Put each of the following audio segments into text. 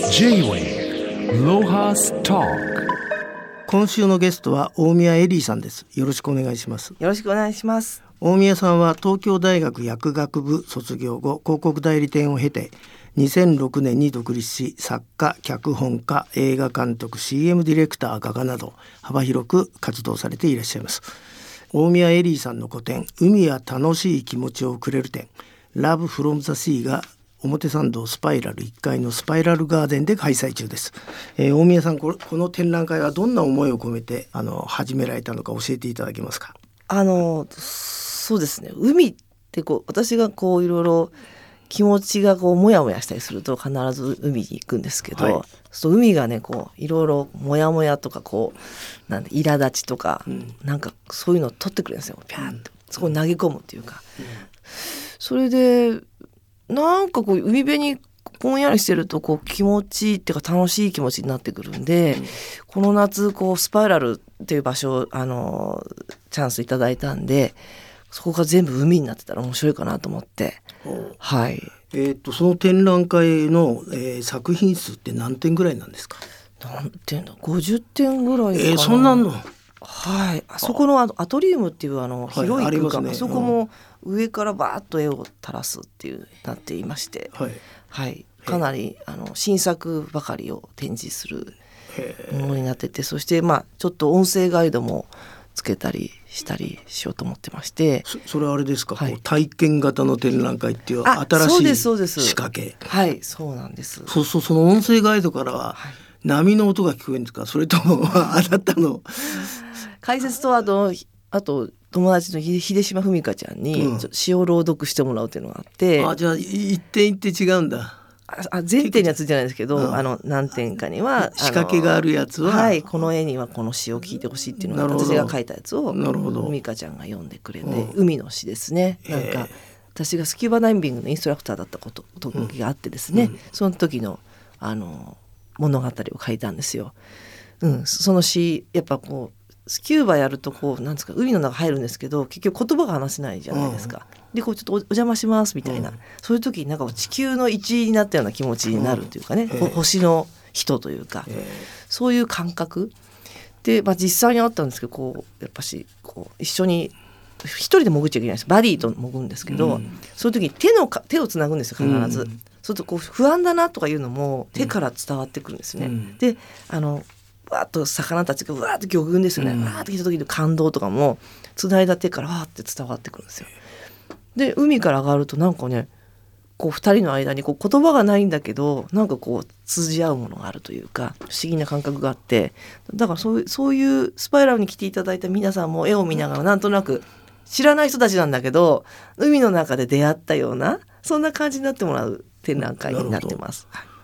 J-Way ロハストーク。今週のゲストは大宮エリーさんです。よろしくお願いします。 よろしくお願いします。 大宮さんは東京大学薬学部卒業後、広告代理店を経て2006年に独立し、作家、脚本家、映画監督、 CM ディレクター、画家など幅広く活動されていらっしゃいます。大宮エリーさんの個展、海は楽しい気持ちをくれる展、 Love from the Sea が表参道スパイラル1階のスパイラルガーデンで開催中です。大宮さん、この展覧会はどんな思いを込めて始められたのか教えていただけますか？ そうですね、海って私がいろいろ気持ちがモヤモヤしたりすると必ず海に行くんですけど、はい、そう海がねいろいろモヤモヤとかなんで苛立ちとか、なんかそういうのを取ってくれるんですよ。ピャーンとそこに投げ込むっていうか、それでなんか海辺にぼんやりしてると気持ちいいっていうか楽しい気持ちになってくるんで、この夏スパイラルっていう場所をチャンスいただいたんで、そこが全部海になってたら面白いかなと思って、はい。 その展覧会の、作品数って何点ぐらいなんですか？ 何点だ、50点ぐらいかな。 そんなの。 はい。あそこのアトリウムっていう広い空間、 ね、 あそこも上からバーッと絵を垂らすっていうなっていまして、はい、はい、かなり新作ばかりを展示するものになってて、そしてちょっと音声ガイドもつけたりしたりしようと思ってまして。 それはあれですか、 はい、 体験型の展覧会っていう新しい仕掛け。 はい、そうなんです。 その音声ガイドからは、はい、波の音が聞こえるんですか？それともあなたの解説とあと友達の秀島文香ちゃんに詩を朗読してもらうっていうのがあって、 じゃあ一点一点違うんだ。 全点にはついてないですけど、何点かには仕掛けがあるやつは、 はい、この絵にはこの詩を聞いてほしいっていうのが私が書いたやつを美香ちゃんが読んでくれて、海の詩ですね。なんか私がスキューバダイビングのインストラクターだった時があってですね、その時の物語を書いたんですよ。その詩やっぱスキューバやるとなんですか、海の中入るんですけど、結局言葉が話せないじゃないですか。でちょっとお邪魔しますみたいな、そういう時になんか地球の一員になったような気持ちになるというかね、星の人というか、そういう感覚で、実際にあったんですけど、やっぱし一緒に一人で潜っちゃいけないです。バディと潜るんですけど、そういう時に手をつなぐんですよ、必ず。そうすると不安だなとかいうのも手から伝わってくるんですね。でわーっと魚たちがわーっと魚群ですよね、わーっと来た時の感動とかも繋いだ手からわーって伝わってくるんですよ。で海から上がるとなんかね、二人の間に言葉がないんだけど、なんか通じ合うものがあるというか、不思議な感覚があって、だからそういうスパイラルに来ていただいた皆さんも絵を見ながらなんとなく知らない人たちなんだけど、海の中で出会ったようなそんな感じになってもらう展覧会になってます。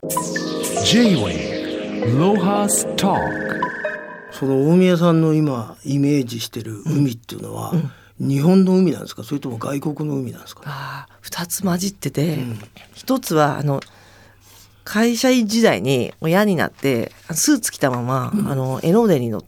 J-Way ロハストーク。その大宮さんの今イメージしてる海っていうのは、日本の海なんですか、それとも外国の海なんですか？ 2つ混じってて、一つは会社員時代に親になってスーツ着たまま、江ノ電に乗って、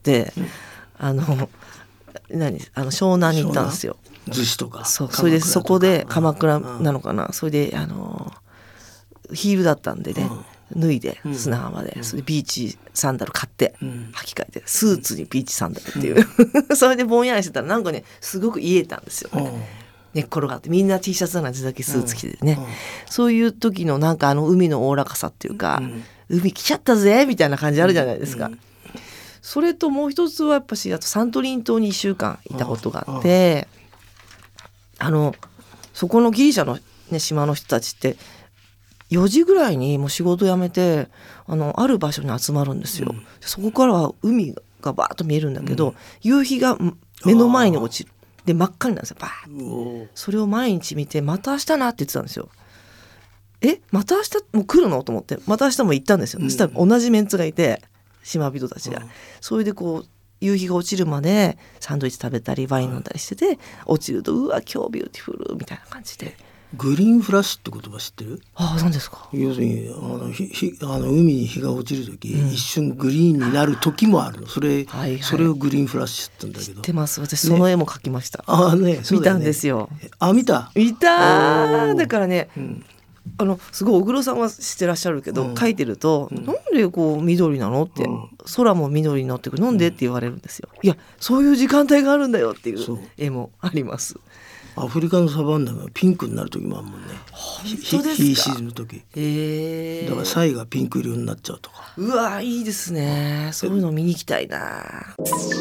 湘南に行ったんですよ。 逗子とか。 それでそこで鎌倉なのかな、それでヒールだったんでね、脱いで砂浜で、それでビーチサンダル買って履き替えて、スーツにビーチサンダルっていう、それでぼんやりしてたらなんかねすごく癒えたんですよ、寝っ転がって。みんな T シャツなのにだけスーツ着てね、そういう時のなんか海のおおらかさっていうか、海来ちゃったぜみたいな感じあるじゃないですか。それともう一つはやっぱし、あとサントリーニ島に1週間いたことがあって、そこのギリシャの、島の人たちって4時ぐらいにもう仕事辞めてある場所に集まるんですよ。そこからは海がバーッと見えるんだけど、夕日が目の前に落ちる。で真っ赤になるんですよ、バーッ。それを毎日見て、また明日なって言ってたんですよ。また明日もう来るのと思って、また明日も行ったんですよ。そしたら同じメンツがいて、島人たちが、それで夕日が落ちるまでサンドイッチ食べたりワイン飲んだりしてて、落ちるとうわ今日ビューティフルみたいな感じで。 グリーンフラッシュって言葉知ってる？ 何ですか？ 要するに海に日が落ちる時、一瞬グリーンになる時もあるの。それをグリーンフラッシュって言うんだけど。 知ってます。私その絵も描きました。 見たんですよ。 見た。 だからね、 すごい小黒さんはしてらっしゃるけど、書いてると、なんでこう緑なのって、空も緑になってくる、なんでって言われるんですよ。いやそういう時間帯があるんだよっていう絵もあります。 アフリカのサバンナがピンクになる時もあるもんね。 本当ですか。 日沈む時、だからサイがピンク色になっちゃうとか。 うわいいですね。そういうの見に行きたいな。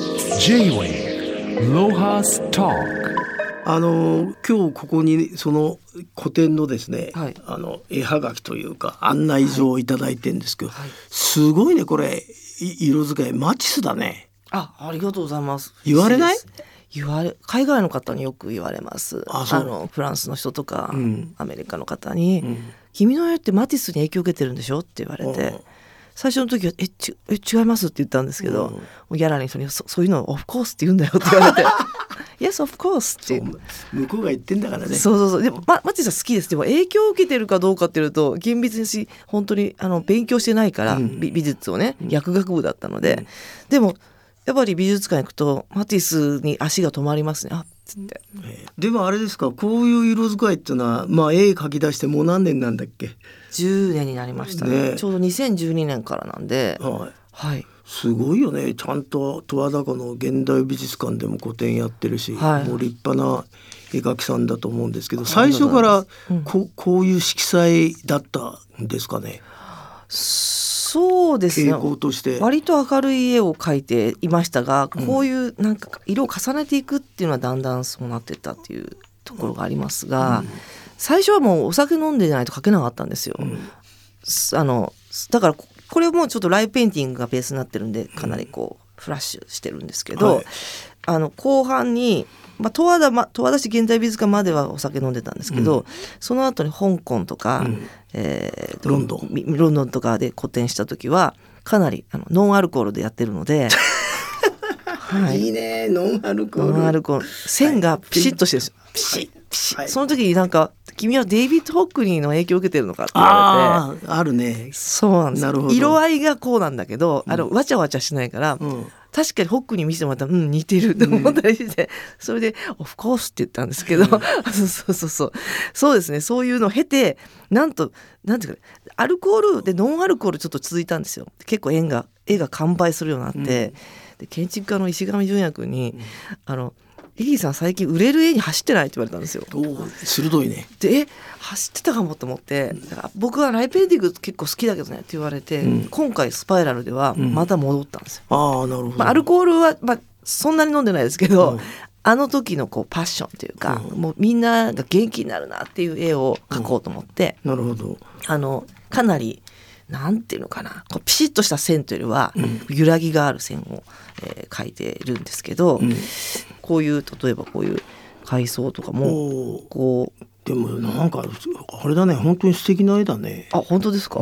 J-Way ロハストーク。 今日ここにその個展のですね、 はい、 絵はがきというか案内状をいただいてるんですけど、すごいねこれ色使いマティスだね。 ありがとうございます。 言われない？ 海外の方によく言われます。フランスの人とか、アメリカの方に、君の絵ってマティスに影響を受けてるんでしょって言われて、最初の時は違いますって言ったんですけど、ギャラリーの人にそういうのをオフコースって言うんだよって言われてYes of course って向こうが言ってんだからね。 そうでもマティスは好きです。でも影響を受けてるかどうかっていうと厳密に本当に勉強してないから、美術をね、薬学部だったので、でもやっぱり美術館行くとマティスに足が止まりますね。つって、 でもあれですか、こういう色使いっていうのは、絵描き出してもう何年なんだっけ ？10年になりましたね。ちょうど2012年からなんで、すごいよね。ちゃんと十和田湖の現代美術館でも個展やってるし、もう立派な絵描きさんだと思うんですけど、最初からこういう色彩だったんですかね？ そうですね、 傾向として割と明るい絵を描いていましたが、こういうなんか色を重ねていくっていうのはだんだんそうなってったっていうところがありますが、最初はもうお酒飲んでじゃないと描けなかったんですよ。だからこれもちょっとライブペインティングがベースになってるんで、かなりこうフラッシュしてるんですけど、後半に十和田市現代美術館まではお酒飲んでたんですけど、その後に香港とか、ロンドンとかで個展した時はかなりノンアルコールでやってるのでいいね、ノンアルコール。 線がピシッとしてるんですよ。ピシッピシッ、その時になんか君はデイビッド・ホックニーの影響を受けてるのかって言われて、 あるね。 そうなんです。色合いがこうなんだけど、わちゃわちゃしないから、確かにホックに見せてもらったら似てると思ったりして、それでオフコースって言ったんですけど、そうですね、そういうのを経てなんていうか、アルコールでノンアルコールちょっと続いたんですよ。結構絵が完売するようになって、で建築家の石上純也君にエリーさん最近売れる絵に走ってないって言われたんですよ。 鋭いね。 で走ってたかもと思って、だから僕はライペインティング結構好きだけどねって言われて、今回スパイラルではまた戻ったんですよ。 なるほど。 アルコールは、そんなに飲んでないですけど、あの時のこうパッションというか、もうみんなが元気になるなっていう絵を描こうと思って、 なるほど。 かなりなんていうのかな、こうピシッとした線というよりは、揺らぎがある線を、描いてるんですけど、こういう例えばこういう階層とかもこう、 でもなんかあれだね、本当に素敵な絵だね。 本当ですか？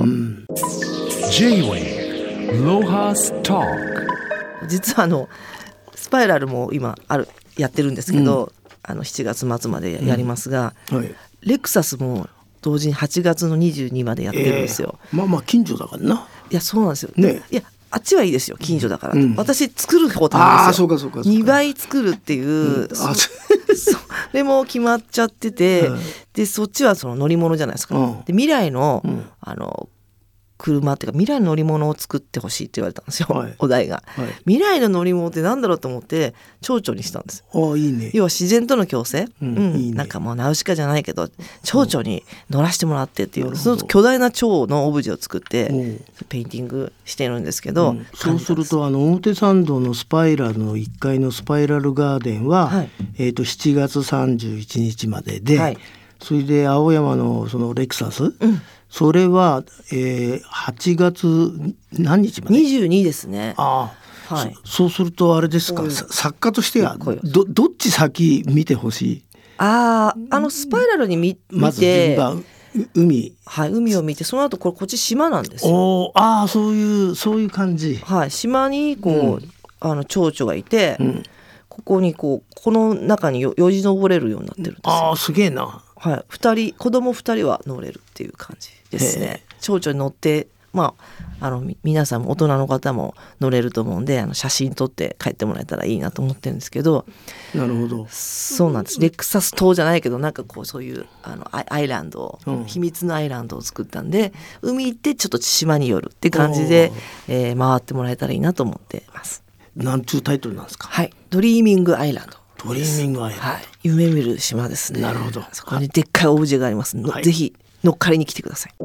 J-Way ロハストーク。 実はスパイラルも今やってるんですけど、7月末までやりますが、レクサスも同時に8月の22までやってるんですよ。 近所だからな。 いやそうなんですよ、 ね、 いやあっちはいいですよ、近所だから、私作る方なんですよ。 そうか 2倍作るっていう、それも決まっちゃってて、でそっちはその乗り物じゃないですか、で未来の、車っていうか未来の乗り物を作ってほしいって言われたんですよ、お題が、未来の乗り物ってなんだろうと思って蝶々にしたんです。 いいね。 要は自然との共生、 いいね、 なんかもうナウシカじゃないけど蝶々に乗らせてもらってっていう、その巨大な蝶のオブジェを作ってペインティングしてるんですけど、 そうすると表参道のスパイラルの1階のスパイラルガーデンは、7月31日までで、それで青山のそのレクサス、それは、8月何日まで ？22ですね。 そうするとあれですか、作家としてはどっち先見てほしい？ スパイラルに見て、 まず順番海を見て、その後こっち島なんですよ。 そういう感じ。 島にこう、蝶々がいて、ここにこの中によじ登れるようになってるんですよ。 すげえな。 子供2人は乗れるっていう感じですね。蝶々に乗って皆さんも大人の方も乗れると思うんで写真撮って帰ってもらえたらいいなと思ってるんですけど。 なるほど。 そうなんです。レクサス島じゃないけどなんかこうそういうアイランドを、秘密のアイランドを作ったんで海行ってちょっと島に寄るって感じで、回ってもらえたらいいなと思ってます。 なんちゅうタイトルなんですか？ はい、ドリーミングアイランド。 ドリーミングアイランド、 はい、夢見る島ですね。 なるほど。 そこにでっかいオブジェがありますので、ぜひ乗っかりに来てください。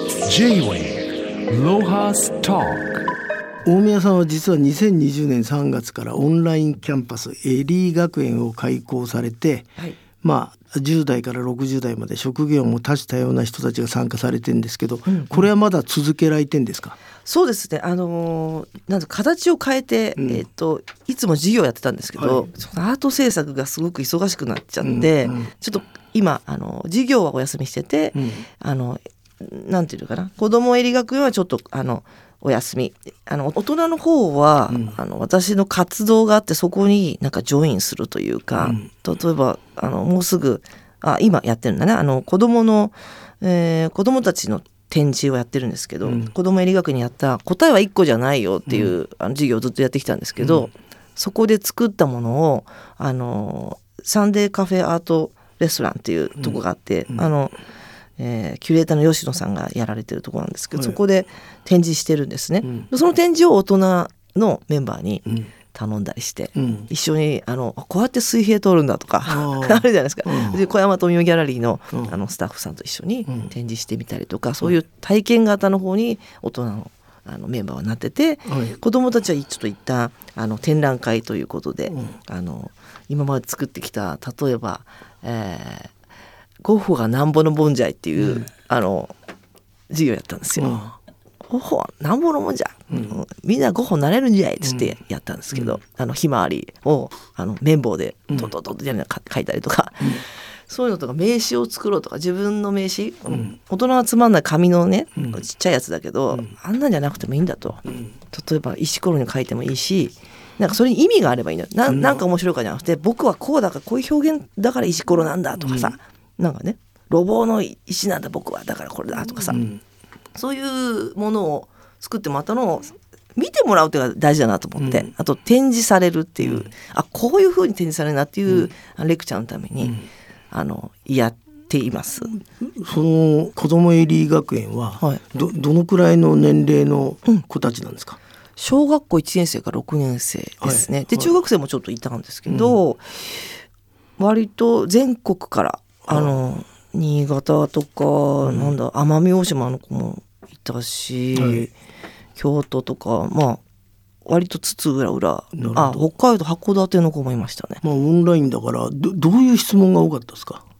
J-Way ロハストーク。 大宮さんは実は2020年3月からオンラインキャンパスエリー学園を開校されて、10代から60代まで職業も多種多様な人たちが参加されてるんですけど、これはまだ続けられてんですか？ そうですね、なんか形を変えて、いつも授業やってたんですけど、そのアート制作がすごく忙しくなっちゃって、ちょっと今授業はお休みしてて、なんていうのかな、子どもエリ学園はちょっとお休み、大人の方は、私の活動があってそこになんかジョインするというか、例えばもうすぐ今やってるんだね、子どもたちの展示をやってるんですけど、子どもエリ学にやった答えは1個じゃないよっていう、授業をずっとやってきたんですけど、そこで作ったものをサンデーカフェアートレストランっていうとこがあって、キュレーターの吉野さんがやられてるとこなんですけど、そこで展示してるんですね。その展示を大人のメンバーに頼んだりして、一緒にこうやって水平通るんだとかあるじゃないですか。で小山富美ギャラリーの、スタッフさんと一緒に展示してみたりとか、そういう体験型の方に大人のメンバーはなってて、子どもたちはちょっと一旦展覧会ということで、今まで作ってきた例えば、ゴッホがなんぼのボンジャイっていう、授業やったんですよ。ゴッホはなんぼのもんじゃ、みんなゴッホになれるんじゃいっつってやったんですけど、ひまわりを綿棒でトトトトって書いたりとか、そういうのとか、名刺を作ろうとか、自分の名刺、大人はつまんない紙のね、ちっちゃいやつだけど、あんなんじゃなくてもいいんだと、例えば石ころに書いてもいいし、なんかそれに意味があればいいんだよ。なんか面白いかじゃなくて、僕はこうだからこういう表現だから石ころなんだとかさ、なんかね、路傍の石なんだ僕はだからこれだとかさ、そういうものを作ってもらったのを見てもらうっていうのが大事だなと思って、あと展示されるっていう、こういう風に展示されるなっていう、レクチャーのために、やっています。 その子どもエリー学園は、どのくらいの年齢の子たちなんですか？ 小学校1年生から6年生ですね。で中学生もちょっといたんですけど、割と全国から新潟とか、奄美大島の子もいたし、京都とか、割と津々浦々、北海道函館の子もいましたね。 オンラインだからどういう質問が多かったですか？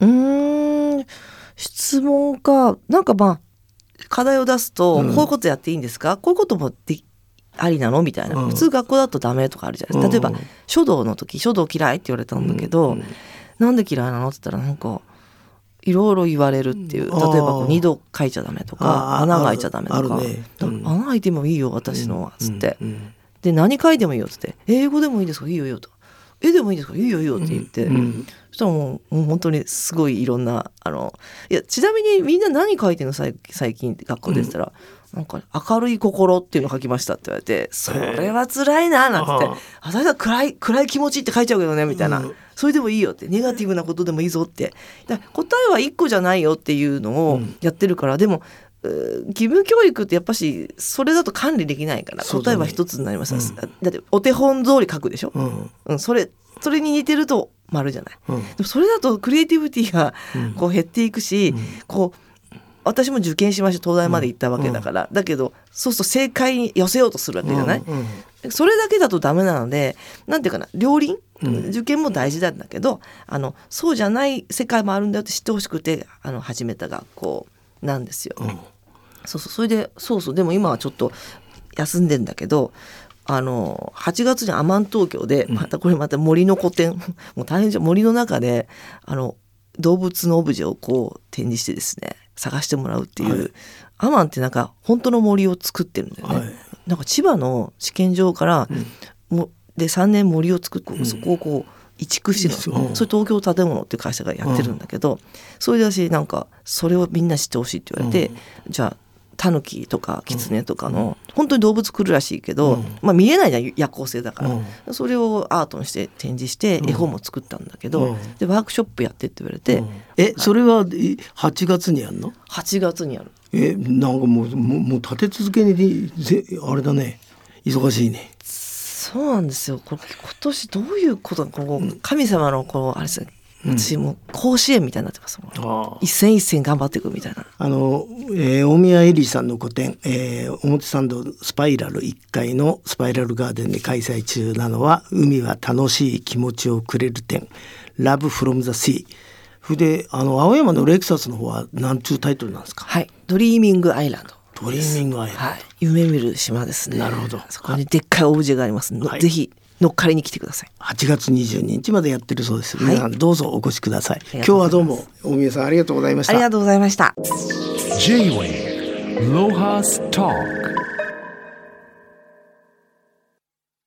質問か、なんか課題を出すと、こういうことやっていいんですか、こういうこともありなのみたいな、普通学校だとダメとかあるじゃないですか。例えば書道の時、書道嫌いって言われたんだけど、なんで嫌いなのって言ったら、なんかいろいろ言われるっていう。例えば2度書いちゃダメとか、穴が開いちゃダメとか、穴開いてもいいよ私のはつって、で何書いてもいいよっつって、英語でもいいですか、いいよいいよと、絵でもいいですか、いいよいいよって言って、そしたらもう本当にすごいいろんな、いやちなみにみんな何書いてんの最近学校でしたら、なんか明るい心っていうの書きましたって言われて、それは辛いななんつって、私は暗い気持ちって書いちゃうけどねみたいな、それでもいいよって、ネガティブなことでもいいぞって、だから答えは1個じゃないよっていうのをやってるから、でも義務教育ってやっぱしそれだと管理できないから、答えは一つになります、だってお手本通り書くでしょ、それに似てると丸じゃない、でもそれだとクリエイティビティがこう減っていくし、こう私も受験しまして東大まで行ったわけだから、だけどそうすると正解に寄せようとするわけじゃない、それだけだとダメなので、なんていうかな、両輪、受験も大事なんだけど、そうじゃない世界もあるんだよって知ってほしくて始めた学校なんですよ、それででも今はちょっと休んでんだけど、8月にアマン東京でまた森の古典もう大変じゃん、森の中で動物のオブジェをこう展示してですね、探してもらうっていう、アマンってなんか本当の森を作ってるんだよね、なんか千葉の試験場から、で3年森を作って、そこをこう移築してるの、それ東京建物っていう会社がやってるんだけど、それで私なんかそれをみんな知ってほしいって言われて、じゃあタヌキとかキツネとかの、本当に動物来るらしいけど、見えないじゃん、夜行性だから、それをアートにして展示して絵本も作ったんだけど、でワークショップやってって言われて、 それは8月にやるの ？8月にやる。 なんかもう立て続けにあれだね、忙しいね。 そうなんですよ。今年どういうこと、神様のあれですね、私も甲子園みたいになってます。一戦一戦頑張っていくみたいな。 大宮エリーさんの個展、表参道スパイラル1階のスパイラルガーデンで開催中なのは、海は楽しい気持ちをくれる展、Love from the Sea。それで青山のレクサスの方は何ちゅうタイトルなんですか？ はい、ドリーミングアイランド。 ドリーミングアイランド、はい、 夢見る島ですね。 なるほど。 そこにでっかいオブジェがありますので、ぜひ乗っかりに来てください。 8月22日までやってるそうです。皆さんどうぞお越しください。今日はどうも大宮さんありがとうございました。 ありがとうございました。 J-Way ロハストーク